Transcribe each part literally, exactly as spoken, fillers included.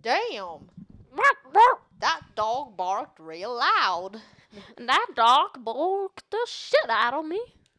Damn! That dog barked real loud. That dog barked the shit out of me.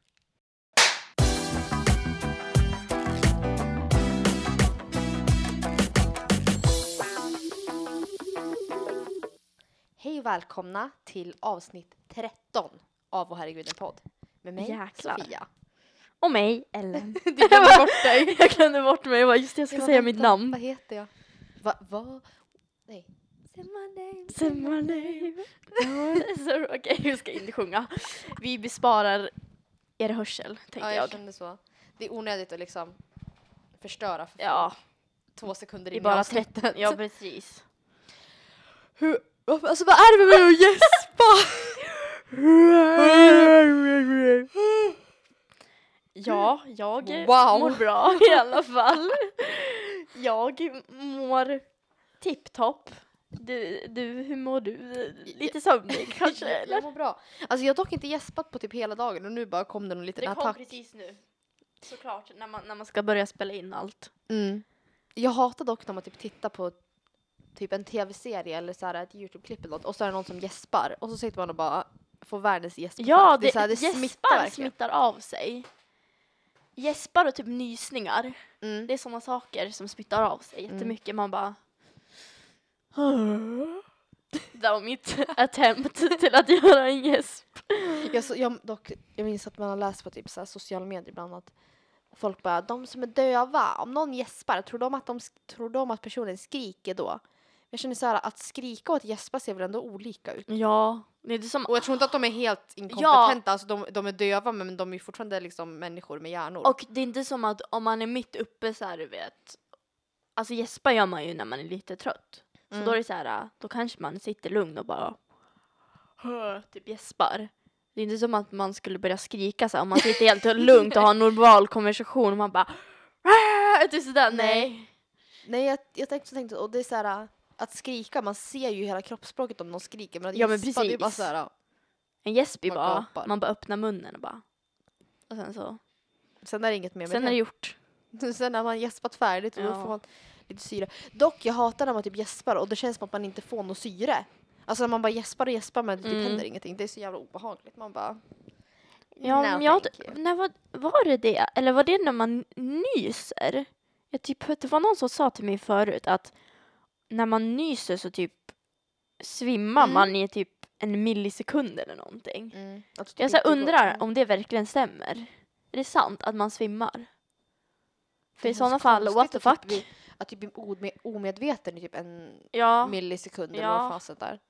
Hej och välkomna till avsnitt tretton av Vår herregud en podd. Med mig, Jäklar. Sofia. Och mig, Ellen. Du glömde bort dig. Jag glömde bort mig. Jag bara, just det, jag ska Ja, säga vänta, mitt namn. Vad heter jag? Va? Va? Nej. Say my name. Say my name. Så, okej, vi ska inte sjunga. Vi besparar er hörsel, tänkte Ja, jag jag. kände så. Det är onödigt att liksom förstöra för Ja, två sekunder i in i bara avsnittet. tretton. Ja, precis. Hur, alltså vad är det med mig att gäspa? Ja, jag Wow. mår bra i alla fall. Jag mår tipptopp. Du, du, hur mår du? Lite sömnig kanske? Jag Eller? mår bra. Alltså jag har dock inte gäspat på typ hela dagen och nu bara kom det någon liten Det kom attack. precis nu. Såklart, när man, när man ska börja spela in allt. Mm. Jag hatar dock när man typ tittar på typ en tv-serie eller så här ett YouTube-klipp eller något och så är det någon som gäspar och så sitter man och bara får världens gäsp. Ja, det, är så här, det gäspar smittar verkligen. smittar av sig. Gäspar och typ nysningar. Mm. Det är sådana saker som smittar av sig jättemycket. Mm. Man bara... Det var mitt attempt till att göra en gäsp. Jag, så, jag, dock, jag minns att man har läst på typ så här sociala medier ibland att folk bara, de som är döva, om någon gäspar, tror de att, de, tror de att personen skriker då? Jag känner så här, att skrika och att gäspa ser väl ändå olika ut. Ja, det är det som... Och jag tror inte att de är helt inkompetenta, alltså de, de är döva men de är fortfarande liksom människor med hjärnor. Och det är inte som att om man är mitt uppe så här, du vet... Alltså gäspa gör man ju när man är lite trött. Så Mm. då är det så här, då kanske man sitter lugn och bara... Typ gäspar. Det är inte som att man skulle börja skrika så här, om man sitter helt lugnt och har en normal konversation och man bara... Typ sådär, nej. Nej, jag, jag tänkte, så tänkte och det är så här att skrika, man ser ju hela kroppsspråket om någon skriker, men att Ja, men gäspa, det är precis. bara så här, En gäsp är Man bara, gapar. man bara öppnar munnen och bara... Och sen så... sen är det inget mer med Sen är det det. gjort. Sen när man gäspat färdigt och då Ja. får man lite syre. Dock, jag hatar när man typ gäspar och det känns som att man inte får något syre. Alltså när man bara gäspar och gäspar men det typ Mm. händer ingenting. Det är så jävla obehagligt. Man bara... Ja, no, men jag, thank you. när var, var det det? Eller var det när man nyser? Jag typ, det var någon som sa till mig förut att när man nyser så typ svimmar Mm. man i typ en millisekund eller någonting. Mm. Att typ Jag så här inte går- undrar om det verkligen stämmer. Är det sant att man svimmar? För Det i känns sådana fall, konstigt what the att fuck? Typ, vi- att typ bli ome- omedveten i typ en Ja. millisekund eller Ja. vad fan sånt där.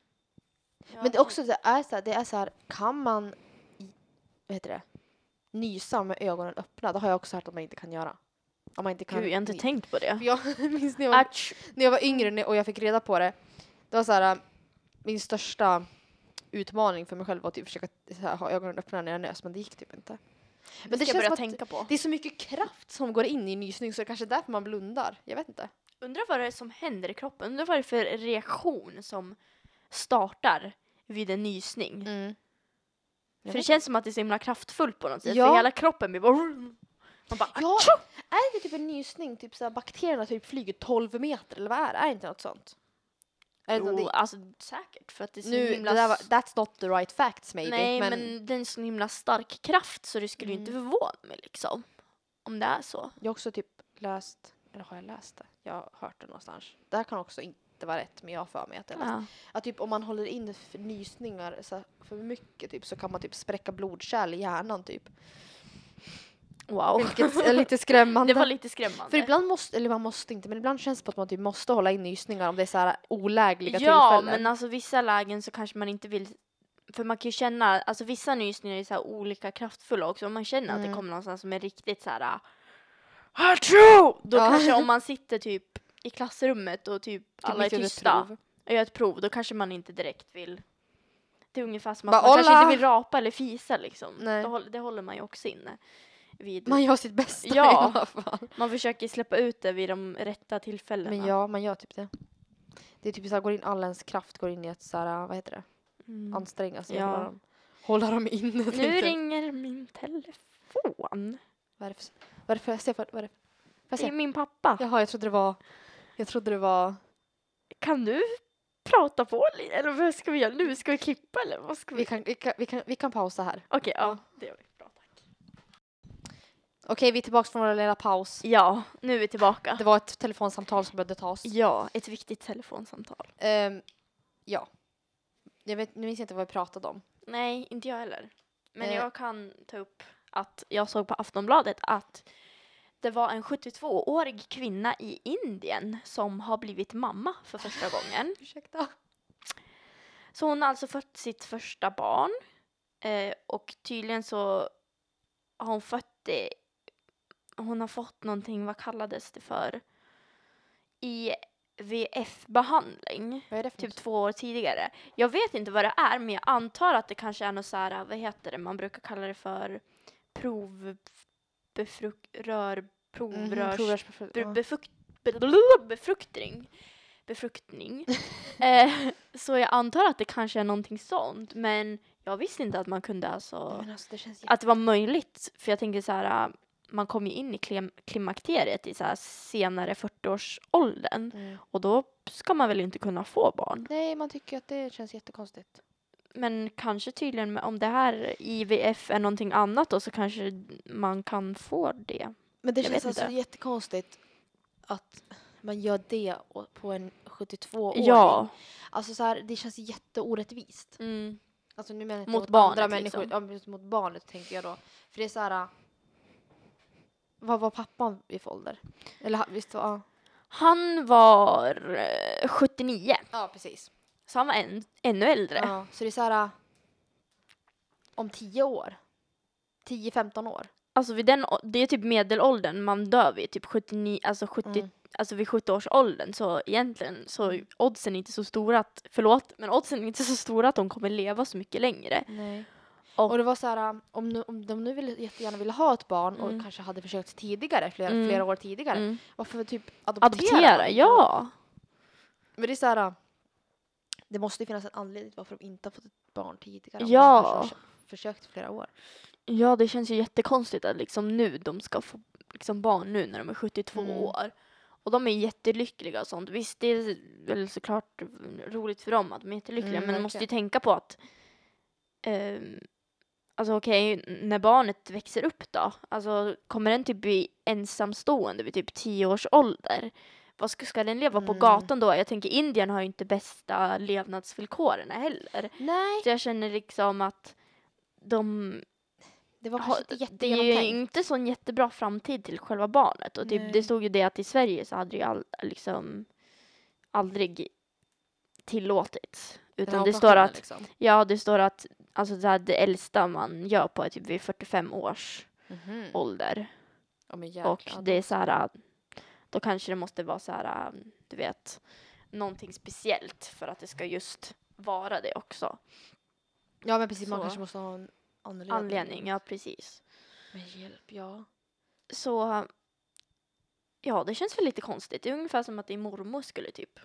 Ja, Men det är också så är så här, det är så här, kan man i- vad heter det? Nysa med ögonen öppna? Det har jag också hört att man inte kan göra. Om man inte kan. Gud, jag har inte ny- tänkt på det. Jag minns när jag, var, Atch. när jag var yngre och jag fick reda på det. Det var så här, min största utmaning för mig själv var att typ försöka så här, ha ögonen öppna när jag nös, men det gick typ inte. Men Men det det ska jag känns börja som att tänka på. det är så mycket kraft som går in i nysning så det kanske är därför man blundar. Jag vet inte. Undrar vad det är som händer i kroppen. Undrar vad det är för reaktion som startar vid en nysning. Mm. För det känns som att det är så himla kraftfullt på något sätt. Ja. För hela kroppen blir bara... Man bara... Ja, är det typ en nysning? Typ så här, bakterierna typ flyger tolv meter eller vad är det? Är det inte något sånt? Är det Jo, något det, alltså säkert. För att det är så nu, himla... det där var, that's not the right facts maybe. Nej, men... men, det är en så himla stark kraft så det skulle ju inte Mm. förvåna mig liksom. Om det är så. jag har också typ läst, eller har jag läst det? Jag har hört det någonstans. Det här kan också inte vara rätt, men jag har för mig att jag läst. Ja. Att typ om man håller in för nysningar så här, för mycket typ så kan man typ spräcka blodkärl i hjärnan typ. Wow. Vilket är lite skrämmande. Det var lite skrämmande. För ibland måste, eller man måste inte, men ibland känns det på att man typ måste hålla in nysningar om det är så här olägliga Ja, tillfällen. men alltså vissa lägen så kanske man inte vill... För man kan ju känna, alltså vissa nysningar är så här olika kraftfulla också. Om man känner att det Mm. kommer någonstans som är riktigt så här... Achoo! Då Ja. kanske om man sitter typ i klassrummet och typ Typ alla är mitt under ett tysta prov. och gör ett prov, då kanske man inte direkt vill... Det är ungefär som att Bara, man kanske "Olla!" inte vill rapa eller fisa liksom. Nej. Det, håller, det håller man ju också inne. Vid, Man gör sitt bästa Ja. i alla fall. man försöker släppa ut det vid de rätta tillfällena. Men ja, man gör typ det. Det är typ så här, går in all ens kraft går in i att så här, vad heter det? Mm. Anstränga sig. Ja. Hålla, dem, hålla dem inne. tänkte Nu jag. ringer min telefon. Vad är det för... Vad är det för... Jag ser för vad är det? Får jag Det är se? min pappa. Jaha, jag trodde det var... Jag trodde det var kan du prata på lite? Eller vad ska vi göra nu? Ska vi klippa eller vad ska vi? Vi kan, vi kan, vi kan, vi kan pausa här. Okej, ja. Det gör vi. Bra, tack. Okej, vi är tillbaka från vår lilla paus. Ja, nu är vi tillbaka. Det var ett telefonsamtal som behövde tas. Ja, ett viktigt telefonsamtal. Ehm, ja. Jag vet, nu minns jag inte vad vi pratade om. Nej, inte jag heller. Men Eh. jag kan ta upp att jag såg på Aftonbladet att det var en sjuttiotvåårig kvinna i Indien som har blivit mamma för första gången. Ursäkta. Så hon har alltså fött sitt första barn. Eh, och tydligen så har hon fött det. Hon har fått någonting, vad kallades det för? I V F-behandling. Vad är det för Typ något? två år tidigare. Jag vet inte vad det är, men jag antar att det kanske är något så här, vad heter det? Man brukar kalla det för provbefruk... rör... provrörs... Mhm, provrörsbefrukt- be- ja. befukt, be- befruktning. Befruktning. eh, så jag antar att det kanske är någonting sånt. Men jag visste inte att man kunde alltså... Men alltså, det känns Att det var möjligt. För jag tänker så här... Man kom ju in i klim- klimakteriet i så här senare fyrtioårsåldern. Mm. Och då ska man väl inte kunna få barn. Nej, man tycker att det känns jättekonstigt. Men kanske tydligen med- om det här I V F är någonting annat då, så kanske man kan få det. Men det Jag känns vet alltså inte. jättekonstigt att man gör det å- på en sjuttiotvååring. Ja. Alltså så här, det känns jätteorättvist. Mm. Alltså nu menar jag inte Mot mot barnet, andra människor, liksom. ja, just mot barnet tänker jag då. För det är så här, vad var pappan i för ålder? Eller ha- visst var, ja. Han var eh, sjuttionio. Ja, precis. Så han var än, ännu äldre. Ja, så det är så här, om tio år. tio femton år. Alltså vid den, å- det är typ medelåldern man dör vid. Typ sjuttionio, alltså sjuttio, Mm. alltså vid sjuttio-årsåldern. Så egentligen så är oddsen inte så stora att, förlåt, men oddsen är inte så stora att de kommer leva så mycket längre. Nej. Och- Och, det var så här, om, nu, om de nu ville, jättegärna ville ha ett barn Mm. och kanske hade försökt tidigare, flera, Mm. flera år tidigare. Mm. Varför typ adoptera? Adoptera, dem? ja. Men det är så här, det måste ju finnas en anledning till varför de inte har fått ett barn tidigare. om Ja. de kanske har försökt i flera år. Ja, det känns ju jättekonstigt att liksom nu de ska få liksom barn nu när de är sjuttiotvå Mm. år. Och de är jättelyckliga och sånt. Visst, det är väl såklart roligt för dem att de är jättelyckliga. Mm, men man måste ju verkligen. tänka på att ehm, alltså okej, när barnet växer upp då. Alltså kommer den typ bli ensamstående vid typ tio års ålder? Vad ska, ska den leva på Mm. gatan då? Jag tänker Indien har ju inte bästa levnadsvillkoren heller. Nej. Så jag känner liksom att de Det var ha, kanske inte det är ju jättegenomtänkt. inte så en jättebra framtid till själva barnet. Och typ, Nej. det stod ju det att i Sverige så hade det ju all, liksom aldrig tillåtits. Den Utan här det står operationen, att, liksom. ja det står att alltså det, här, det äldsta man gör på är typ vid fyrtiofem års Mhm. ålder. Ja, men jäklar, Och ja, det är så här, då kanske det måste vara så här, du vet, någonting speciellt för att det ska just vara det också. Ja, men precis. Man så. kanske måste ha en anledning. Anledning, ja precis. Men hjälp, ja. Så ja, det känns väl lite konstigt. Det är ungefär som att din mormor skulle typ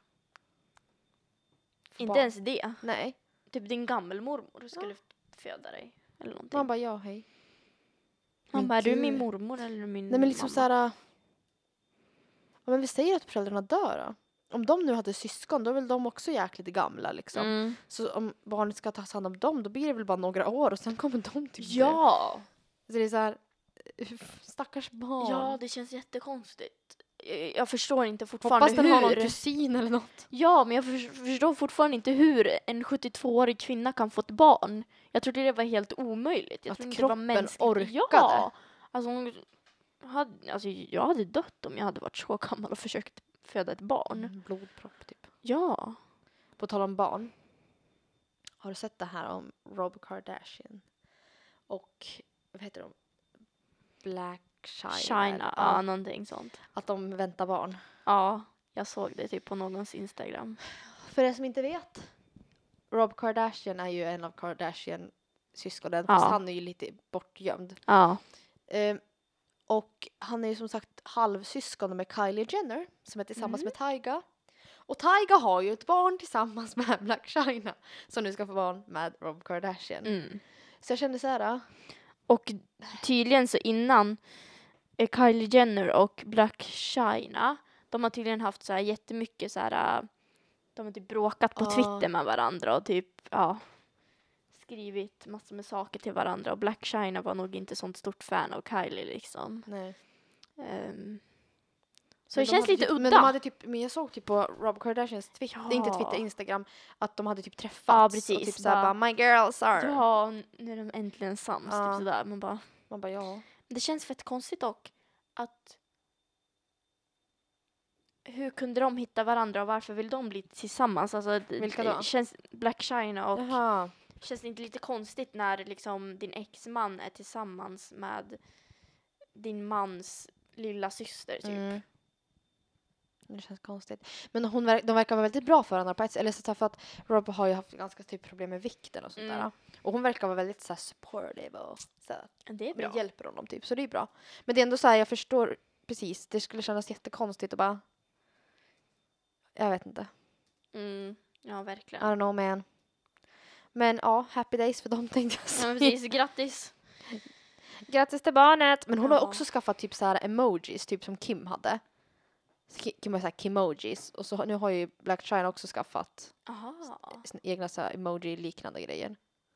Få inte barn. ens det. Nej. Typ din gammelmormor skulle föda dig eller någonting. Man bara, ja, hej. Man men bara, är du gud. min mormor eller min Nej, men liksom mamma? så här. Ja, men vi säger att föräldrarna dör då. Om de nu hade syskon, då är väl de också jäkligt gamla liksom. Mm. Så om barnet ska ta hand om dem, då blir det väl bara några år och sen kommer de till det. Ja! Så det är så här, stackars barn. Ja, det känns jättekonstigt. Jag, jag förstår inte fortfarande Hoppas den har någon hur. kusin eller något. Ja, men jag för, förstår fortfarande inte hur en sjuttiotvåårig kvinna kan få ett barn. Jag trodde det var helt omöjligt. Jag Att trodde inte det var kroppen mänskligt. orkade. Ja! Alltså, hon hade, alltså, jag hade dött om jag hade varit så gammal och försökt föda ett barn. Mm, blodpropp typ. Ja. På tal om barn. Har du sett det här om Rob Kardashian? Och vad heter de? Black China. China, ja, Ja, någonting sånt. att de väntar barn. Ja, jag såg det typ på någons Instagram. För er som inte vet. Rob Kardashian är ju en av Kardashian-syskonen. Ja. Fast han är ju lite bortgömd. Ja. Ehm, och han är ju som sagt halvsyskon med Kylie Jenner. Som är tillsammans Mm. med Tyga. Och Tyga har ju ett barn tillsammans med Black China. Som nu ska få barn med Rob Kardashian. Mm. Så jag kände så här. Och tydligen så innan eh, Kylie Jenner och Black China, de har tydligen haft så här jättemycket så här De har typ bråkat på Ja. Twitter med varandra och typ, ja, skrivit massor med saker till varandra. Och Black China var nog inte sånt stort fan av Kylie liksom. Nej. Um, så Men det de känns hade lite typ, udda. Men, de hade typ, men jag såg typ på Rob Kardashians Twitter, Ja. inte Twitter, Instagram, att de hade typ träffats. Ja, Och precis. typ såhär Bara- bara, my girls are. Ja, nu är de äntligen sams. Ja. Typ sådär. Man bara, Man bara, ja. det känns fett konstigt dock att hur kunde de hitta varandra och varför vill de bli tillsammans? Alltså, det- Vilka då? det känns Black China och Jaha. känns det inte lite konstigt när liksom din exman är tillsammans med din mans lilla syster typ? Mm. Det känns konstigt. Men hon verk, de verkar vara väldigt bra för varandra på ett sätt. Eller så här, för att Rob har ju haft ganska typ problem med vikten och sånt Mm. där. Och hon verkar vara väldigt så här supportive och så här, Det är men bra. hjälper honom typ. Så det är bra. Men det är ändå så här, jag förstår precis. Det skulle kännas jättekonstigt att bara... Jag vet inte. Mm. Ja, I verkligen. don't know man. Men ja, happy days för dem tänkte jag Ja, säga. men precis. Grattis. Grattis till barnet! Men hon har Ja. också skaffat typ så här emojis, typ som Kim hade. Ki- Kim har så här Kimojis. Och så har- nu har ju Black China också skaffat Aha. sina egna så här emoji-liknande grejer.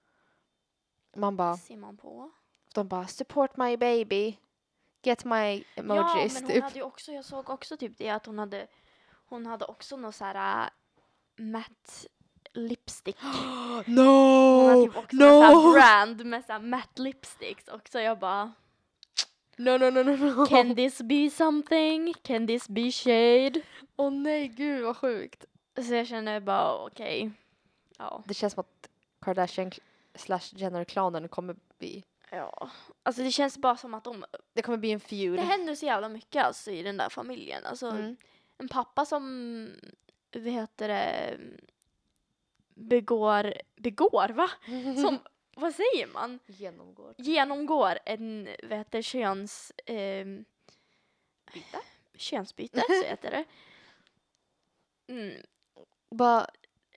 Man bara, Ser man på. de bara support my baby. Get my emojis. Ja, men hon typ. hade ju också, jag såg också typ det att hon hade, hon hade också någon så här äh, matte lipstick. Hon No! hade typ också no! någon så här brand med så här matte lipsticks också. Jag bara, No, no, no, no, no. can this be something? Can this be shade? Åh nej, gud vad sjukt. Så jag känner bara, okej. Ja. Det känns som att Kardashian slash Jenner-klanen kommer bli... Ja. Alltså det känns bara som att de, Det kommer bli en feud. det händer så jävla mycket alltså i den där familjen. Alltså Mm. en pappa som, vad heter det, begår, begår va? Som, vad säger man? Genomgår. Genomgår en, vad heter köns, ehm, Byte? könsbyte, så heter det. Mm. Bara...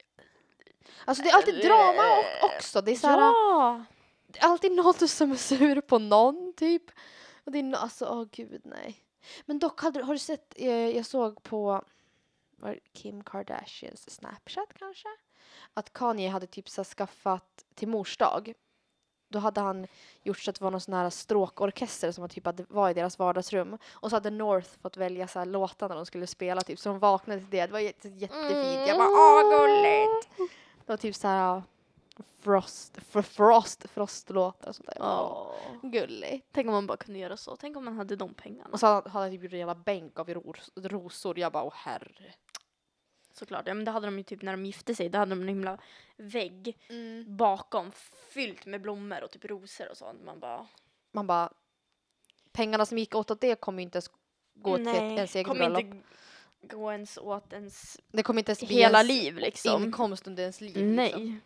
Alltså det är alltid drama o- också. Det är så här, Ja! det är alltid någon som är sur på någon typ. Och det är no- alltså, åh gud nej. Men dock, hade, du- har du sett, eh, jag såg på var det Kim Kardashians Snapchat kanske? Att Kanye hade typ så här skaffat till mors dag. Då hade han gjort så att det var någon sån här stråkorkester som var typ att var i deras vardagsrum. Och så hade North fått välja så här låtar när de skulle spela typ. Så de vaknade till det. Det var jätte, jättefint. Jag bara, åh gulligt! Det var typ så här Frost, fr- Frost, Frost-låtar och sånt där. Jag bara, åh, Åh. gulligt. Tänk om man bara kunde göra så. Tänk om man hade de pengarna. Och så hade han typ gjort en jävla bänk av ros, rosor. Jag bara, åh herre. Såklart. Ja, men det hade de ju typ när de gifte sig. Då hade de en himla vägg Mm. bakom fyllt med blommor och typ rosor och sånt. Man bara, Man bara, pengarna som gick åt åt det kommer ju inte ens gå till nej, ett, ens eget kommer bröllop. inte gå ens åt ens Det kommer inte ens bli hela ens liv liksom. inkomst under ens liv. Nej. Liksom.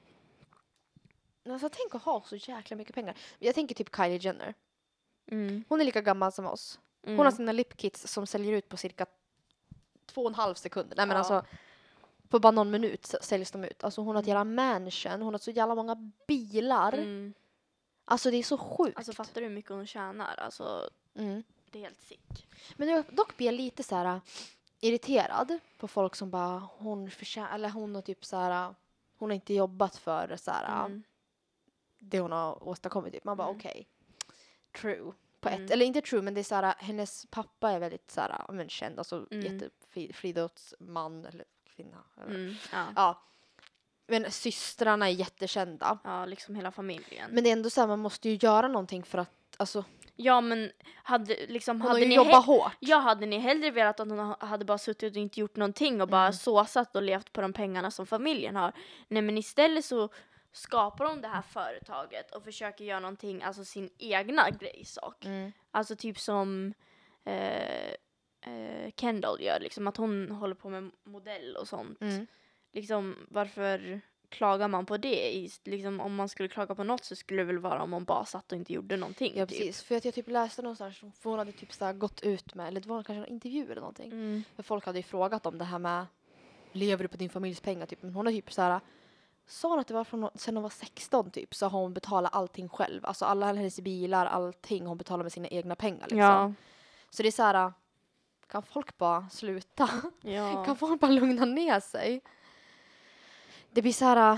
Alltså, tänk att ha så jäkla mycket pengar. Jag tänker typ Kylie Jenner. Mm. Hon är lika gammal som oss. Hon Mm. har sina lipkits som säljer ut på cirka två och en halv sekund. Nej men Ja. alltså, på bara någon minut s- säljs de ut. Alltså hon har ett jävla mansion, hon har så jävla många bilar. Mm. Alltså det är så sjukt. Alltså fattar du hur mycket hon tjänar? Alltså Mm. det är helt sick. Men jag dock blir jag lite så här äh, irriterad på folk som bara, hon förtjänar, eller hon har typ så här, äh, hon har inte jobbat för så här, äh, Mm. det hon har åstadkommit. Typ. Man bara Mm. okej, true. På ett, Mm. eller inte true, men det är så här, äh, hennes pappa är väldigt så här, äh, men känd, alltså Mm. jättefridrottsman eller kvinna. Eller. Mm. Ja. Ja. Men systrarna är jättekända. ja, liksom hela familjen. Men det är ändå så här, man måste ju göra någonting för att, alltså, Ja, men hade liksom hon har hade ju ni jobbat he- hårt. Ja, hade ni hellre velat att hon ha- hade bara suttit och inte gjort någonting och bara Mm. såsat och levt på de pengarna som familjen har. Nej, men istället så skapar de det här företaget och försöker göra någonting, alltså sin egna grejsak. Mm. Alltså typ som eh, eh, Kendall gör, liksom att hon håller på med modell och sånt. Mm. Liksom, varför klagar man på det? I, liksom, om man skulle klaga på något så skulle det väl vara om man bara satt och inte gjorde någonting. Ja, typ. precis. För att jag typ läste någonstans, för hon hade typ så här gått ut med, eller det var kanske en intervju eller någonting. Mm. För folk hade ju frågat om det här med, lever du på din familjs pengar typ? Men hon har typ så här, sa hon att det var från sen hon var sexton typ, så har hon betalat allting själv. Alltså alla hennes bilar, allting hon betalar med sina egna pengar liksom. Ja. Så det är så här, kan folk bara sluta? Ja. Kan folk bara lugna ner sig? det blir så här...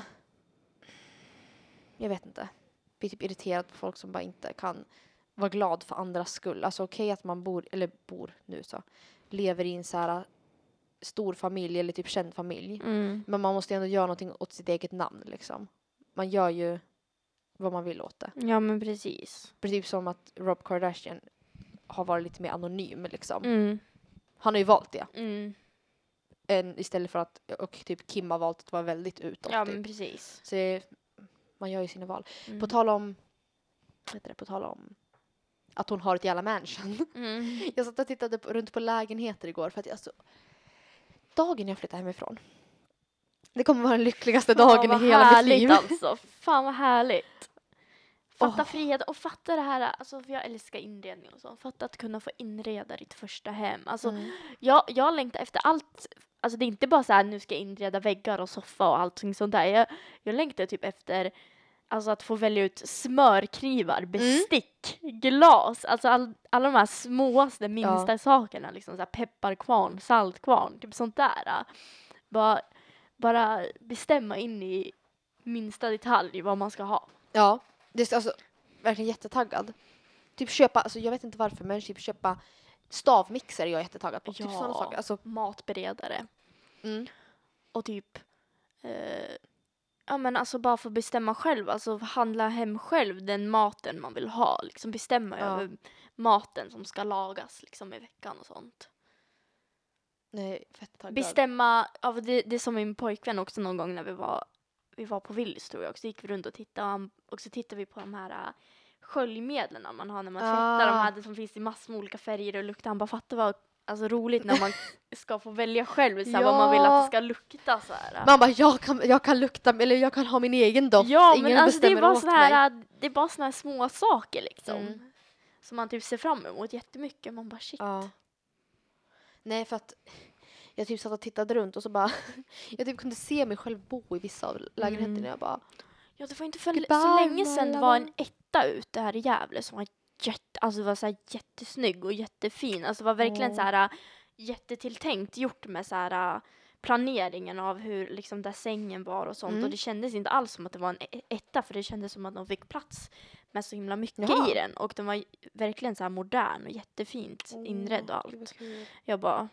Jag vet inte. Blir typ irriterad på folk som bara inte kan vara glad för andras skull. Alltså okej okay att man bor, eller bor nu så, lever i en så här stor familj eller typ känd familj. Mm. Men man måste ändå göra någonting åt sitt eget namn liksom. Man gör ju vad man vill åt det. Ja, men precis. Precis som att Rob Kardashian har varit lite mer anonym liksom. Mm. Han har ju valt det. Mm. En, istället för att, och typ Kim har valt att vara väldigt utåt. Ja, typ. men precis. Så det, man gör ju sina val. Mm. På tal om, vad heter det, på tal om att hon har ett jävla mansion. Mm. Jag satt och tittade på, runt på lägenheter igår för att jag, alltså, dagen jag flyttade hemifrån. Det kommer vara den lyckligaste dagen Åh, i hela mitt härligt liv. Alltså. Fan vad härligt. Fatta Åh. frihet och fatta det här, alltså för jag älskar inredning och så. Fatta att kunna få inreda ditt första hem. Alltså Mm. jag, jag längtar efter allt. Alltså det är inte bara så här nu ska jag inreda väggar och soffa och allting sånt där. Jag, jag längtar typ efter alltså att få välja ut smörknivar, bestick, glas. Alltså all, alla de här småaste, minsta Ja. sakerna. Liksom så här pepparkvarn, saltkvarn, typ sånt där. Bara, bara bestämma in i minsta detalj vad man ska ha. Ja, det är alltså verkligen jättetaggad. Typ köpa, alltså jag vet inte varför, men typ köpa stavmixer är jag jättetaggad på. Typ sådana saker. Alltså, matberedare. mm. Och typ eh, ja men alltså bara få bestämma själv, alltså handla hem själv den maten man vill ha, liksom bestämma Ja. över maten som ska lagas liksom i veckan och sånt. Nej, fett taggad. Bestämma, ja, det, det är som min pojkvän också någon gång när vi var vi var på Willys tror jag också, gick vi runt och tittade och, han, och så tittade vi på de här uh, sköljmedlen man har när man tvättar, Ah. de här som finns i massor med olika färger och luktar. Han bara fattar vad alltså roligt när man ska få välja själv så här, Ja. vad man vill att det ska lukta så här. Man bara, jag kan, jag kan lukta, eller jag kan ha min egen doft. Ja, Ingen men alltså det är bestämmer bara åt såna här, mig. det är bara såna här små saker liksom. Mm. Som man typ ser fram emot jättemycket. Man bara shit. Ja. Nej, för att jag typ satt och tittade runt och så bara, jag typ kunde se mig själv bo i vissa av lägenheterna. Mm. Jag bara, Ja, det var inte för Goodbye, så länge sedan my var lover. en etta ute här i Gävle som var jätte, alltså var så här jättesnygg och jättefin. Alltså det var verkligen Åh. så här jättetilltänkt gjort med så här planeringen av hur liksom där sängen var och sånt. Mm. Och det kändes inte alls som att det var en e- etta, för det kändes som att de fick plats med så himla mycket Jaha. i den. Och den var verkligen så här modern och jättefint inredd och Gud, allt. vad kul. Jag bara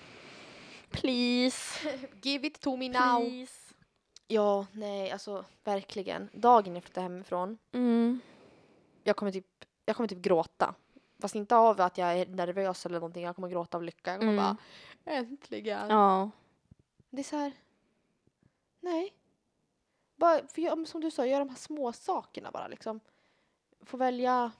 please, Give it to me now. please. Ja, nej, alltså verkligen. Dagen jag flyttade hemifrån, Mm. jag kommer typ, jag kommer typ gråta. Fast inte av att jag är nervös eller någonting. Jag kommer gråta av lycka. Jag kommer Mm. bara, äntligen. Ja. Det är så här, nej. Bara, för jag, som du sa, göra de här små sakerna bara liksom. Få välja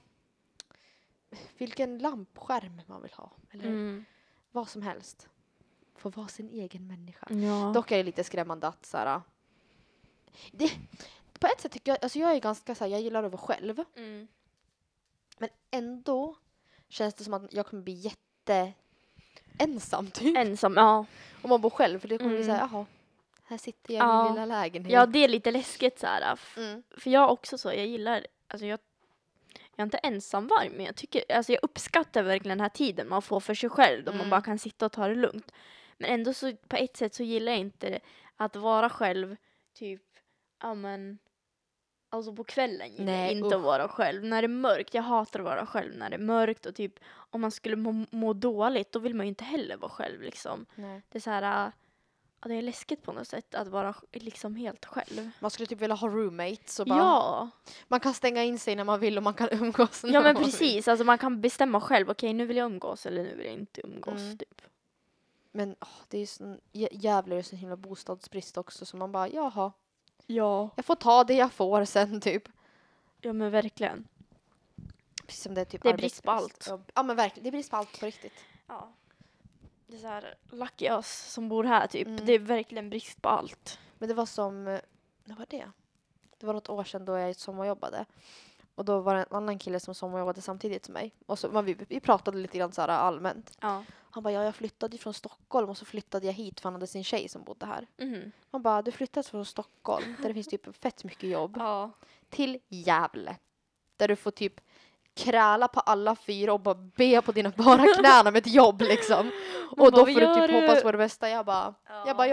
vilken lampskärm man vill ha. Eller Mm. vad som helst. Få vara sin egen människa. Ja. Dock är det lite skrämmande att så här, det, på ett sätt tycker jag, alltså jag är ganska så här, jag gillar att vara själv. Mm. Men ändå känns det som att jag kommer bli jätte ensam typ. Ensam, ja. Om man bor själv. För det kommer bli Mm. så här, jaha, här sitter jag i Ja. min lilla lägenhet. Ja, det är lite läskigt så här. f- Mm. För jag också så, jag gillar, alltså jag, jag är inte ensamvarm, men jag tycker, alltså jag uppskattar verkligen den här tiden man får för sig själv, då man Mm. bara kan sitta och ta det lugnt. Men ändå så, på ett sätt så gillar jag inte att vara själv, typ, ja men, alltså på kvällen gillar Nej, jag inte usch. att vara själv. När det är mörkt, jag hatar att vara själv när det är mörkt, och typ, om man skulle må, må dåligt, då vill man ju inte heller vara själv liksom. Nej. Det är så här, äh, ja, det är läskigt på något sätt att vara liksom helt själv. Man skulle typ vilja ha roommates. Och bara, Ja, Man kan stänga in sig när man vill och man kan umgås när ja men man vill. precis. Alltså man kan bestämma själv. Okej, nu vill jag umgås eller nu vill jag inte umgås. Mm. Typ. Men åh, det är ju sån, jä- jävlar, det är så himla bostadsbrist också. Så man bara, jaha, Ja. jag får ta det jag får sen typ. Ja men verkligen. Precis som det är typ Det är brist på arbetsbrist. Ja, ja men verkligen, det är brist på allt på riktigt. Ja. Det är så här, lucky us som bor här typ. Mm. Det är verkligen brist på allt. Men det var som, eh, vad var det? Det var något år sedan då jag sommarjobbade. Och då var det en annan kille som sommarjobbade samtidigt som mig. Och så, men vi, vi pratade lite grann så här allmänt. Ja. Han bara, ja jag flyttade från Stockholm och så flyttade jag hit för han hade sin tjej som bodde här. Mhm. Han bara, du flyttade från Stockholm där det finns typ fett mycket jobb. Ja. Till Gävle. Där du får typ kräla på alla fyra och bara be på dina bara knäna med ett jobb liksom. Man Och bara, då "Vad får du gör typ du?" hoppas på det bästa. Jag bara, Ja. jag bara ja,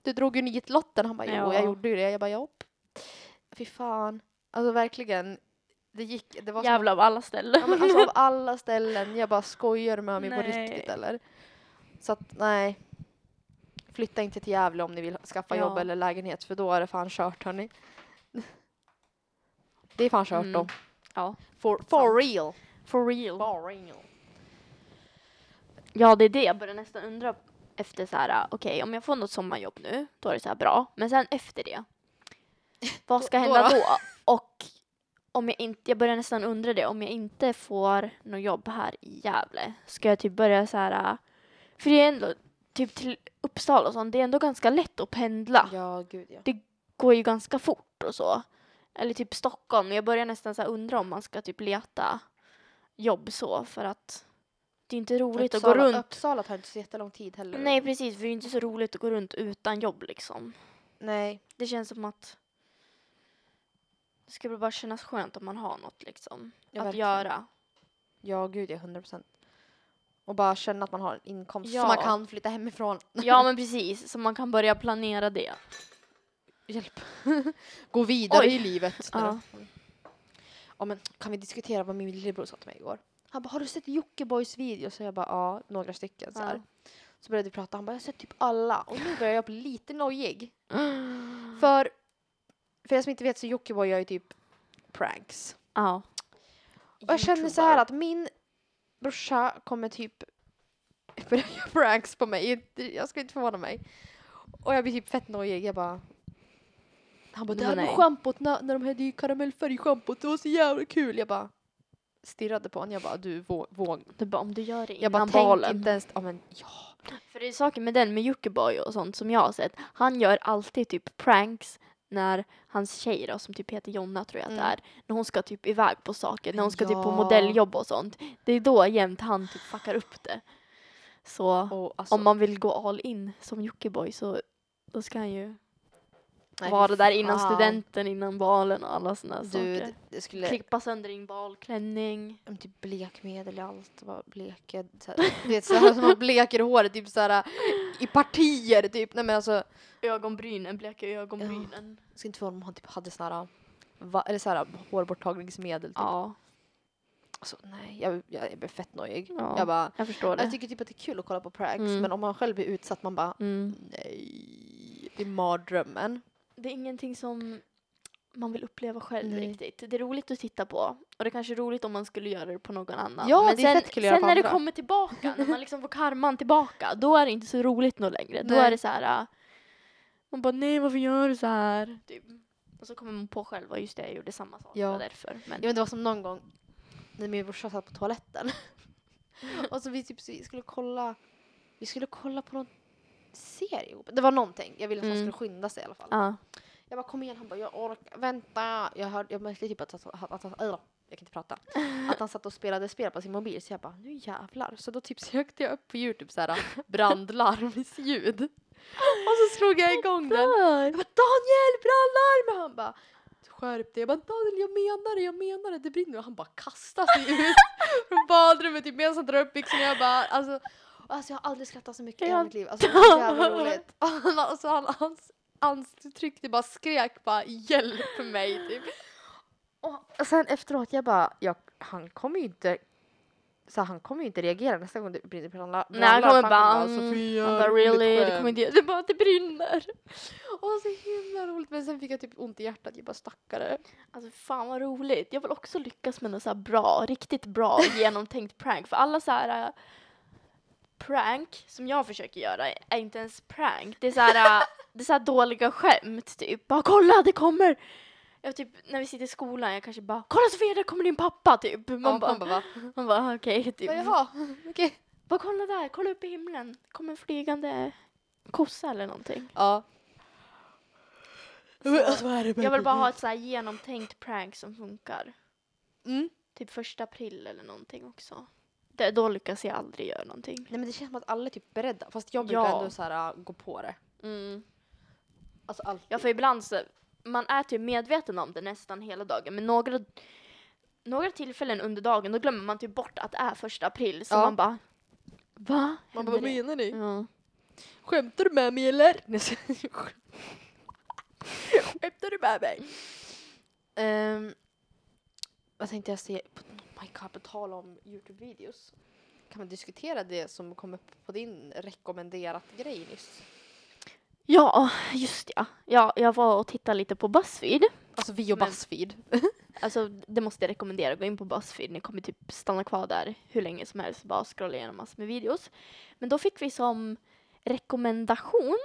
Du drog ju nitlotten. Han bara, jo, Ja. jag gjorde ju det. Jag bara, jopp. Fy fan. Alltså verkligen. Det gick, det var som Jävla av alla ställen. Ja, men alltså av alla ställen. Jag bara skojar med mig på Nej. riktigt eller. Så att nej. Flytta inte till Gävle om ni vill skaffa Ja. jobb eller lägenhet. För då är det fan kört hörni. Det är fan kört Mm. då. Ja. For, for real. For real. For real. Ja, det är det. Jag börjar nästan undra efter så här, okej, om jag får något sommarjobb nu, då är det så här bra. Men sen efter det, vad ska Då- hända då då? då? Och om jag inte, jag börjar nästan undra det, om jag inte får något jobb här i Gävle, ska jag typ börja så här, för det är ändå, typ till Uppsala och sånt, det är ändå ganska lätt att pendla. Ja, gud ja. Det går ju ganska fort och så. Eller typ Stockholm, jag börjar nästan så här undra om man ska typ leta jobb så, för att det är inte roligt att gå runt. Uppsala tar inte så jättelång tid heller. Nej, precis. För det är inte så roligt att gå runt utan jobb liksom. Nej. Det känns som att det ska väl bara kännas skönt om man har något liksom. Ja, att verkligen. göra. Ja, gud ja, hundra procent. Och bara känna att man har en inkomst Ja. så man kan flytta hemifrån. Ja, men precis. Så man kan börja planera det. Hjälp. Gå vidare Oj. i livet. Ja. Ja, men kan vi diskutera vad min lillebror sa till mig igår? Han bara, har du sett Jockibois video? Så jag bara, ja, några stycken så här. Ja. Så började vi prata. Han bara, jag har sett typ alla. Och nu börjar jag bli lite nojig. För, för er som inte vet så Jockiboi gör ju typ pranks. Ja. Och jag känner så här att min brorsa kommer typ börja göra pranks på mig. Jag ska inte förvåna mig. Och jag blir typ fett nojig. Jag bara... Han bara, det här Nej. med schampot när, när de hade i karamellfärg i schampot. Det var så jävla kul. Jag bara stirrade på honom. Jag bara, du våg... våg. Det är bara, om du gör det Jag bara, innan tänk balen. inte ens... Ja, men ja. För det är saker med den, med Jockiboi och sånt som jag har sett. Han gör alltid typ pranks när hans tjej då, som typ heter Jonna tror jag att Mm. det är. När hon ska typ iväg på saker. När hon ska typ på Ja. modelljobb och sånt. Det är då jämt han typ fuckar upp det. Så Och, alltså, om man vill gå all in som Jockiboi så då ska han ju nej, vara fy där innan fan. studenten, innan balen och alla såna Du, saker. det, det skulle... Klippa sönder din balklänning. om typ blekmedel i allt. Bara bleka, så här, du vet så här som man bleker håret typ så här i partier typ. Nej men alltså, Ögonbrynen, bleka ögonbrynen. jag ska inte förvåna om han typ hade såna här, va, eller så här hårborttagningsmedel typ. Ja, Alltså, nej, jag, jag, jag blir fett nojig. Ja. Jag bara, jag förstår det. jag tycker typ att det är kul att kolla på pranks, Mm. men om man själv blir utsatt man bara, Mm. nej, det är mardrömmen. Det är ingenting som man vill uppleva själv Nej. riktigt. Det är roligt att titta på. Och det är kanske är roligt om man skulle göra det på någon annan. Ja, Men det är sen, fett kul att göra sen på när det andra. kommer tillbaka, när man liksom får karman tillbaka, då är det inte så roligt nog längre. Då Nej. är det så här, äh, man bara, nej varför gör du så här? Typ. Och så kommer man på själv, och just det, jag gjorde samma sak. Ja. Det var därför. Men, Ja, men det var som någon gång när min brorsa satt på toaletten. Och så vi typ så vi skulle kolla, vi skulle kolla på någon serie ihop. Det var någonting, jag ville att han Mm. skulle skynda sig i alla fall. ja. Jag bara, kom igen, han bara, jag orkar, vänta. Jag hörde, jag märkte typ att, att, att, att, att äh, jag kan inte prata. Att han satt och spelade spel på sin mobil. Så jag bara, nu jävlar. Så då typ sökte jag upp på YouTube så här brandlarmsljud. Och så slog jag igång den. Jag bara, Daniel, brandlarm! Och han bara, skärp dig. Jag bara, Daniel, jag menar det, jag menar det, det brinner. Och han bara kastar sig ut från badrummet typ medan han drar upp byxorna. Jag bara, alltså, alltså jag har aldrig skrattat så mycket i hela mitt liv. Alltså det var så jävla roligt. Alltså han, hans ansiktsuttryck det bara skrek bara, hjälp mig typ. Och sen efteråt jag bara, jag, han kommer ju inte så han kommer ju inte reagera nästa gång det brinner på brandlarm. Nej, han kommer bara, mm, Sofia, han bara, really? Det kommer inte, det bara, det brinner. Och så himla roligt. Men sen fick jag typ ont i hjärtat. Jag bara stackare. Alltså fan vad roligt. Jag vill också lyckas med något så här bra, riktigt bra genomtänkt prank. För alla så här äh, prank som jag försöker göra är inte ens prank. Det är så här, äh, det är så här dåliga skämt typ. Bara kolla, det kommer. Jag typ när vi sitter i skolan jag kanske bara kolla Sofia, där kommer din pappa typ. Man Ja, bara, man bara, va? man bara okej okay, typ. Ja, jaha, okej. Bara kolla där, kolla upp i himlen. Kommer en flygande kossa eller någonting. Ja. Så, jag vill bara ha ett så här genomtänkt prank som funkar. Mm. Typ första april eller någonting också. Det, då lyckas jag aldrig göra någonting. Nej men det känns som att alla är typ beredda. Fast jag brukar Ja. ändå så här, uh, gå på det. Mm. Alltså allt. Ja, för ibland så, man är typ medveten om det nästan hela dagen. Men några, några tillfällen under dagen, då glömmer man typ bort att det är första april. Så Ja. man bara, va? Man Händer bara, det? menar ni? Ja. Skämtar du med mig eller? Skämtar du med mig? Um, vad tänkte jag säga? Oh my god, på tal om YouTube-videos. Kan man diskutera det som kom upp på din rekommenderat grej nyss? Ja, just ja. ja. Jag var och tittade lite på BuzzFeed. Alltså vi och Men- BuzzFeed. Alltså det måste jag rekommendera. Gå in på BuzzFeed. Ni kommer typ stanna kvar där hur länge som helst. Bara scrolla igenom massor med videos. Men då fick vi som rekommendation.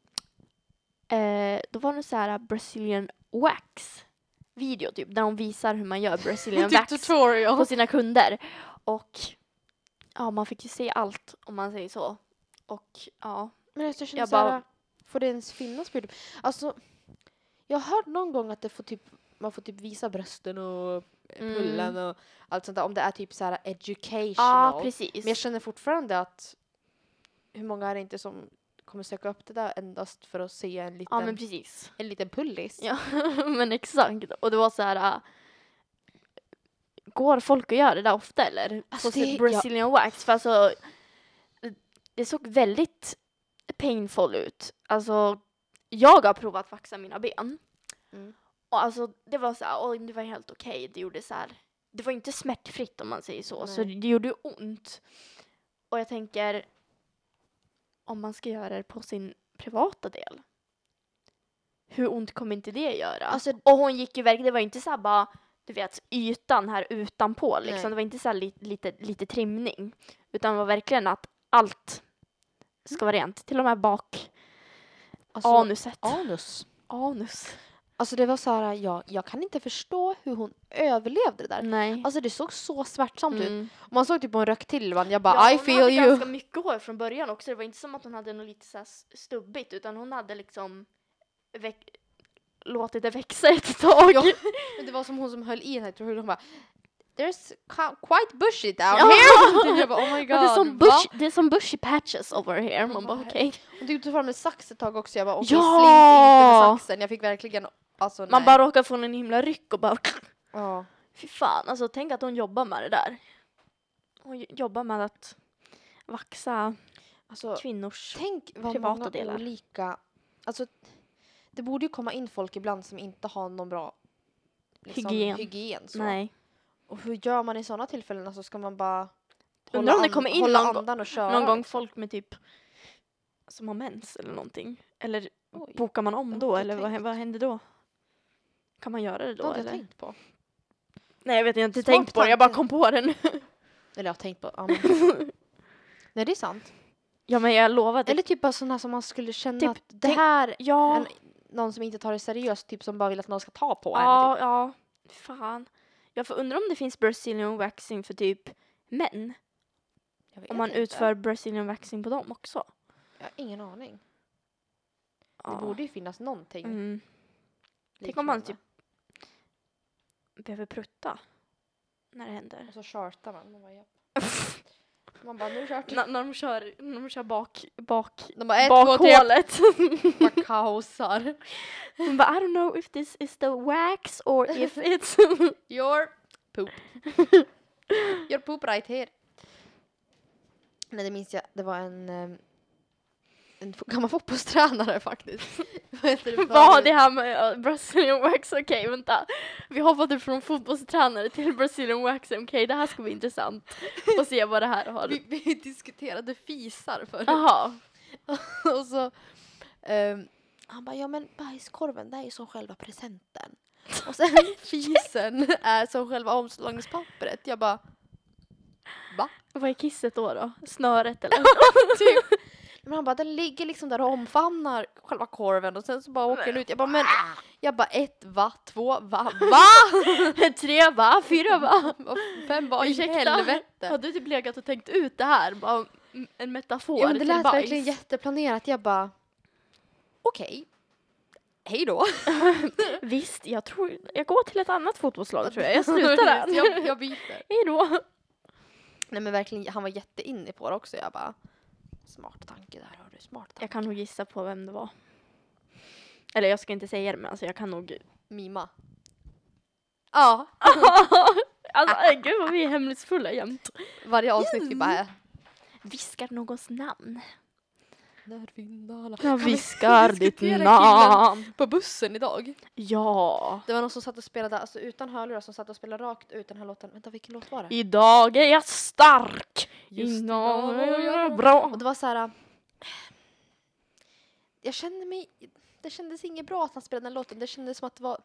Eh, då var det så här Brazilian wax video typ. Där de visar hur man gör Brazilian typ wax tutorial. på sina kunder. Och ja, man fick ju se allt om man säger så. Och ja. Men jag känner Jag så här, bara- får det ens finnas på YouTube? Alltså, jag har hört någon gång att det får typ, man får typ visa brösten och Mm. pullen och allt sånt där. Om det är typ så här educational. Ja, precis. Men jag känner fortfarande att hur många är det inte som kommer söka upp det där endast för att se en liten, Ja, men precis. en liten pullis? Ja, men exakt. Och det var så här. Äh, går folk att göra det där ofta eller? Alltså, På det- sitt Brazilian wax. För alltså, det såg väldigt painful ut. Alltså, jag har provat vaxa mina ben. Mm. Och alltså, det var så här, oj, det var helt okej. Det gjorde så här, det var inte smärtfritt om man säger så. Så Nej. det gjorde ju ont. Och jag tänker, om man ska göra det på sin privata del. Hur ont kommer inte det göra? Alltså, Och hon gick ju verkligen, det var inte så här bara, du vet, ytan här utanpå liksom. Nej. Det var inte så här li, lite, lite trimning. Utan det var verkligen att allt ska vara rent. Till och med bak alltså anuset. anus. Anus. Alltså det var så här, ja, jag kan inte förstå hur hon överlevde det där. Nej. Alltså det såg så smärtsamt ut. Mm. Man såg typ på en rökt till man. Jag bara, Ja, I hon feel hade you. ganska mycket hår från början också. Det var inte som att hon hade något lite så här stubbigt. Utan hon hade liksom väck- låtit det växa ett tag. Ja. Men det var som hon som höll i henne. Jag tror hon bara, there's ca- quite bushy down Ja. here. Jag bara, oh my god. Men det, är som va? bush, det är som bushy patches over here. Man bara Vad okej. Och du tog fram en sax ett tag också. Jag bara, okej, Ja. slink inte med saxen. Jag fick verkligen, alltså nej. Man bara råkar få en himla ryck och bara Ja. fy fan. Alltså tänk att hon jobbar med det där. Hon jobbar med att vaxa Alltså, kvinnors. tänk vad privata många delar. olika, alltså det borde ju komma in folk ibland som inte har någon bra liksom, Hygien. hygien så. Nej. Och hur gör man i sådana tillfällen? Alltså ska man bara Undrar om det an- kommer in hålla någon gång- andan och köra? Någon gång liksom? folk med typ som har mens eller någonting. Eller Oj, bokar man om jag då? har inte Eller vad, tänkt. vad händer då? Kan man göra det det då? har inte Eller? jag tänkt på. Nej, jag vet jag har inte Smart tänkt på det. Jag bara tanke. kom på det nu. Eller jag har tänkt på, ja, men. Nej det är sant. Ja, men jag lovade. Eller typ bara sådana som man skulle känna Typ, att det tänk- här ja, en, någon som inte tar det seriöst, typ som bara vill att någon ska ta på henne. ja, Typ. ja. Fan. Jag får undra om det finns Brazilian waxing för typ män. Jag vet Om man inte. utför Brazilian waxing på dem också. Jag har ingen aning. Ja. Det borde ju finnas någonting. Mm. Tänk om man liknande. typ behöver prutta när det händer. Och så chartar man. Man bara, ja. Man bara, nu har du kört. N- när de kör, när de kör bak, bak, De bara, ett, två, tre, bakhålet. bara kaosar. Man bara, I don't know if this is the wax or if it's... Your poop. Your poop right here. Nej, det minns jag. Det var en, em, en fo- gammal fotbollstränare faktiskt. Vad heter det? Vad det här med uh, Brazilian wax? Okej, vänta. Vi hoppade från fotbollstränare till Brazilian wax. Okej, det här ska bli intressant. Och se vad det här har. Vi, vi diskuterade fisar förut. Jaha. Och så ehm, han bara, ja men bajskorven det är ju som själva presenten. Och sen fisen är som själva omslagningspappret. Jag bara, va? Vad är kisset då då? Snöret eller? Typ. Men han bara, den ligger liksom där och omfamnar själva korven och sen så bara åker den ut. Jag bara, men jag bara, ett va, två va, va? Tre va? Fyra va? Och fem va, i Ursäkta? helvete. Har du typ legat och tänkt ut det här? Bara m- en metafor Ja men det till lät bajs. verkligen jätteplanerat. Jag bara, okej. Hej då. Visst, jag tror... Jag går till ett annat fotbollslag tror jag. Jag slutar där. jag, jag byter. Hej då. Nej men verkligen, han var jätteinne på det också. Jag bara, smart tanke där har du, smart tanke. Jag kan nog gissa på vem det var. Eller jag ska inte säga det, men alltså jag kan nog... Mima. Ja, alltså, äh, gud vad vi är hemlighetsfulla jämt. varje avsnitt vi bara, Viskar någons namn. När vindarna... Jag Kan vi viskar ditt diskutera namn. På bussen idag. Ja. Det var någon som satt och spelade, alltså utan hörlurar, som satt och spelade rakt ut den här låten. Vänta, vilken låt var det? Idag är jag stark. Just Idag idag är är jag jag bra. Och det var så här. Jag kände mig... Det kändes inget bra att han spelade den låten. Det kändes som att det var...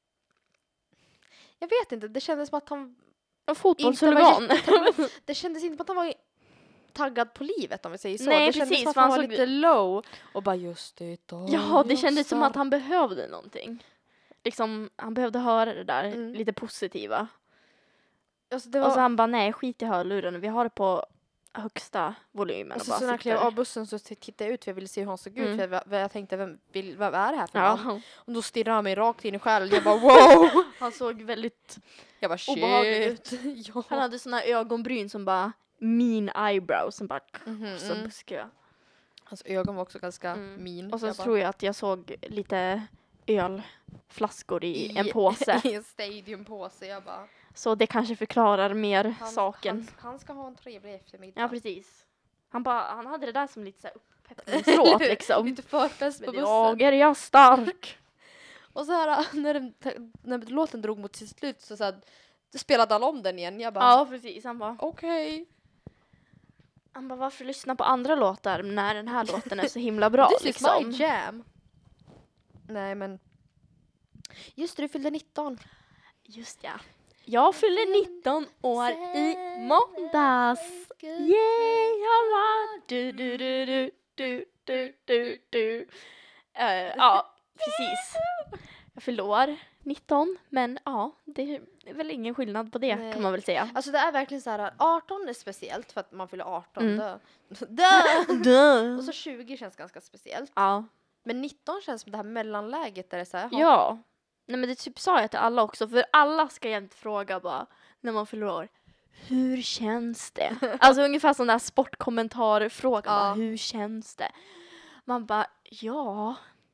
Jag vet inte, det kändes som att han... En fotbollshuligan. Det kändes inte som att han var taggad på livet, om vi säger så. Nej, det kändes precis, som att för han han var såg- lite low. Och bara just det, idag Ja, det är kändes jag som att stark. han behövde någonting. Liksom, han behövde höra det där Mm. lite positiva. Alltså, det var... Och så han bara, nej, skit i hörluren. Vi har det på högsta volymen. Och så, bara så när jag klev sitter. av bussen så tittade jag ut för jag ville se hur han såg ut. Mm. För jag, för jag tänkte, vem, vill, vad är det här för man? Ja, Och då stirrade han mig rakt in i själen. Jag bara wow! han såg väldigt Jag bara shit. obehaglig ut. Ja. Han hade såna ögonbryn som bara, mean eyebrows som bara Mhm, så mm. buskiga. Hans ögon var också ganska Mm. min. Och så Jag bara- tror jag att jag såg lite ölflaskor i, I- en påse. I en stadiumpåse. Jag bara, Så det kanske förklarar mer han, saken. Han, han ska ha en trevlig eftermiddag. Ja, precis. Han, bara, han hade det där som lite så här uppeppningslåt liksom. Lite förfest på Men bussen. idag är jag stark. Och så här, när, den, när låten drog mot sitt slut så, så här, då spelade han om den igen. Jag bara, Ja, precis. Han bara, okej. han bara, varför lyssna på andra låtar när den här låten är så himla bra? This liksom. is my jam. Nej, men... Just det, du fyllde nitton. Just ja. Jag fyller nitton år i måndags. Yeah, du du du du du du du du. Uh, ja, precis. Jag fyller år nitton, men ja, det är väl ingen skillnad på det Nej. kan man väl säga. Alltså det är verkligen så här, arton är speciellt för att man fyller arton. Mm. Dö. Dö! Duh. Och så tjugo känns ganska speciellt. Ja. Men nitton känns som det här mellanläget där det är så här, jaha. Ja. Nej, men det typ sa jag till alla också, för alla ska jämt fråga bara när man fyller år. Hur känns det? Alltså ungefär sån där sportkommentarfråga. Ja. Bara, hur känns det? Man bara, ja.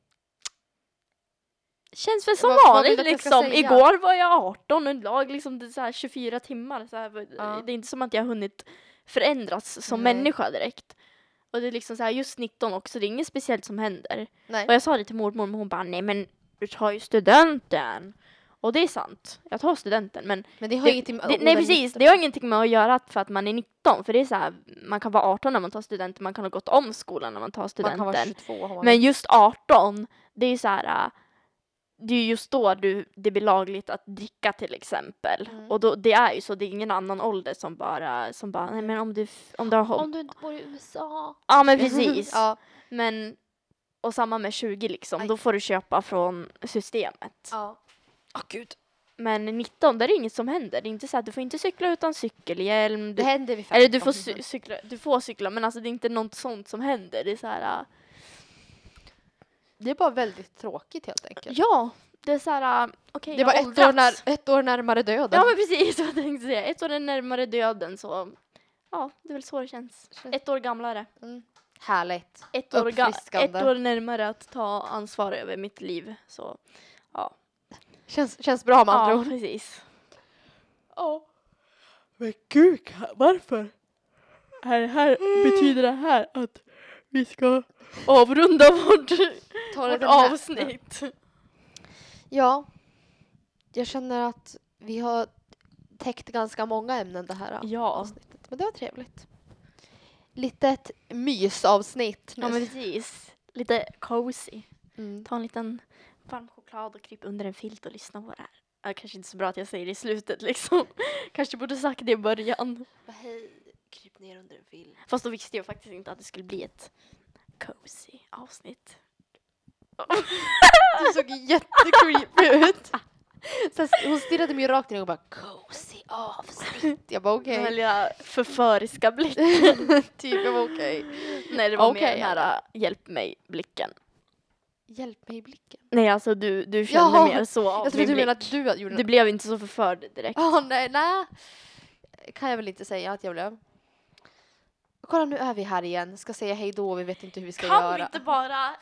Känns väl som Vad- vad vanligt vill du att jag ska liksom. säga? Igår var jag arton och idag liksom det är så här tjugofyra timmar. Så här, Ja. Det är inte som att jag har hunnit förändras som Nej. människa direkt. Och det är liksom så här, just nitton också, det är inget speciellt som händer. Nej. Och jag sa det till mormor, men hon bara, nej men du tar ju studenten. Och det är sant, jag tar studenten, men Men det har det, ingenting med det, nej precis, det har ingenting med att göra för att man är nitton, för det är så här, man kan vara arton när man tar studenten, man kan ha gått om skolan när man tar Man studenten. kan vara tjugotvå. Har man Men just arton, det är så här, äh, det är just då du, det blir lagligt att dricka till exempel. Mm. Och då, det är ju så, det är ingen annan ålder som bara, som bara nej men om du, om du har Om du inte bor i U S A. ja men precis. Ja. Men, och samma med tjugo liksom, Aj. då får du köpa från systemet. Ja. Åh gud. Men nitton, där är det inget som händer. Det är inte så att du får inte cykla utan cykelhjälm. Det Du, händer vid femton. eller du får cy- cykla, du får cykla, men alltså det är inte något sånt som händer. Det är så här, äh, Det är bara väldigt tråkigt helt enkelt. ja, det är så här, äh, okej, Det är jag bara har ett år, åldrats. när, ett år närmare döden. Ja men precis, vad jag tänkte säga. Ett år är närmare döden, så ja, det är väl så det känns. Känns- Ett år gamlare. Mm. Härligt. Ett år, ga- Uppfriskande. ett år närmare att ta ansvar över mitt liv. Så Känns, känns bra med andra ja, ord. precis. Ja. Men gud, varför? Här, här betyder det här att vi ska avrunda vårt, Ta det vårt den här. avsnitt. Ja. Jag känner att vi har täckt ganska många ämnen det här Ja. avsnittet. Men det var trevligt. Litet mysavsnitt. Ja, men precis. Lite cozy. Mm. Ta en liten varm choklad och kryp under en filt och lyssna på det här. Ja, kanske inte så bra att jag säger det i slutet liksom. Kanske borde sagt det i början. Hej, kryp ner under en film. Fast då visste jag faktiskt inte att det skulle bli ett cozy avsnitt. Du såg jättecreepy ut. Så här, hon stirrade mig rakt in och bara cozy avsnitt. Jag bara okej. Den här lilla förföriska blick. Typ jag bara okej. Nej, det var Okej, mer den här äh, hjälp mig-blicken. Hjälp mig i blicken. Nej, alltså du, du kände Jaha, mer så av Jag trodde min du blick. menade att du hade gjort Du det. blev inte så förförd direkt. Åh nej, nej. Kan jag väl inte säga att jag blev. Kolla, nu är vi här igen. Ska säga hej då och vi vet inte hur vi ska Kan göra. vi inte bara...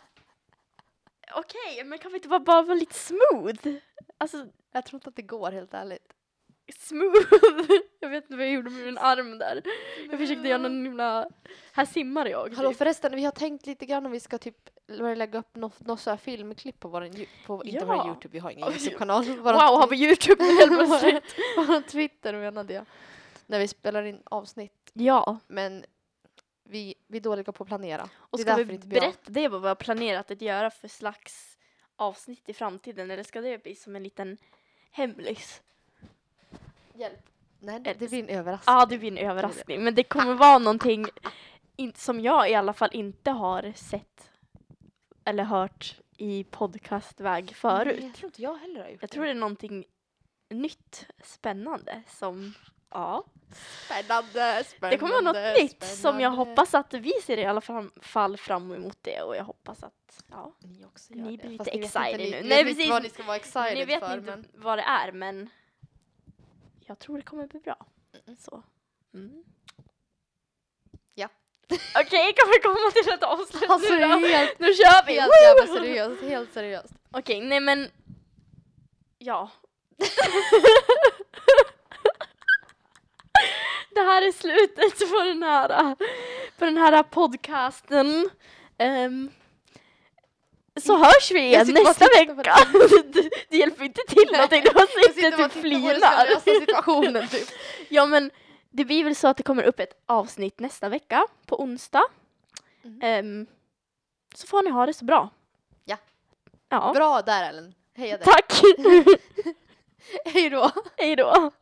Okej, men kan vi inte bara, bara vara lite smooth? Alltså, Jag tror inte att det går helt ärligt. smooth. Jag vet inte vad jag gjorde med min arm där. Jag försökte göra någon himla... Här simmar jag. Hallå typ. förresten, vi har tänkt lite grann om vi ska typ börja lägga upp något, något så här filmklipp på vår, på, inte Ja. vår YouTube, vi har ingen YouTube-kanal. Wow, har vi YouTube helt plötsligt? Vår Twitter menade jag. När vi spelar in avsnitt. Ja. Men vi, vi är dåliga på att planera. Och Det är ska vi därför inte vi har- berätta det vad vi har planerat att göra för slags avsnitt i framtiden? Eller ska det bli som en liten hemlis? Hjälp. Nej, det, det blir en överraskning. Ja, det blir en överraskning. Men det kommer vara någonting in, som jag i alla fall inte har sett eller hört i podcastväg förut. Nej, jag tror inte jag heller har gjort Jag tror det är någonting nytt, spännande som, ja. Spännande, spännande. Det kommer vara något nytt som jag spännande. hoppas att vi ser i alla fall, fall fram emot det. Och jag hoppas att, ja. Ni också gör Ni det. blir Fast lite ni vet excited inte, nu. Ni, Nej, vet inte precis. vad ni ska vara excited Ni vet för. inte Men... vad det är, men jag tror det kommer bli bra. Mm. Så. Mm. Ja. Okej, kan vi komma till ett avslut Alltså, nu då? helt- Nu kör vi! Helt jävla seriöst, helt seriöst. Okej, nej men... Ja. Det här är slutet på den här, på den här podcasten. Ehm, så hörs vi Jag igen sitter bara och nästa tittar på vecka. det, det hjälper inte till någonting. Du bara sitter typ flinar. situationen typ. Ja, men det blir väl så att det kommer upp ett avsnitt nästa vecka på onsdag. Mm. Ehm, så får ni ha det så bra. Ja. Ja. Bra där Ellen. Heja dig. Tack. Hej då. Hej då.